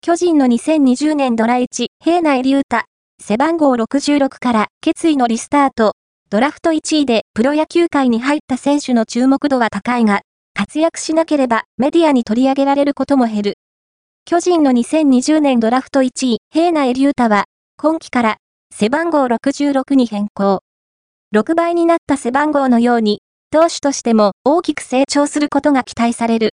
巨人の2020年ドラ1、平内龍太、背番号66から決意のリスタート。ドラフト1位でプロ野球界に入った選手の注目度は高いが、活躍しなければメディアに取り上げられることも減る。巨人の2020年ドラフト1位、平内龍太は、今季から背番号66に変更。6倍になった背番号のように、投手としても大きく成長することが期待される。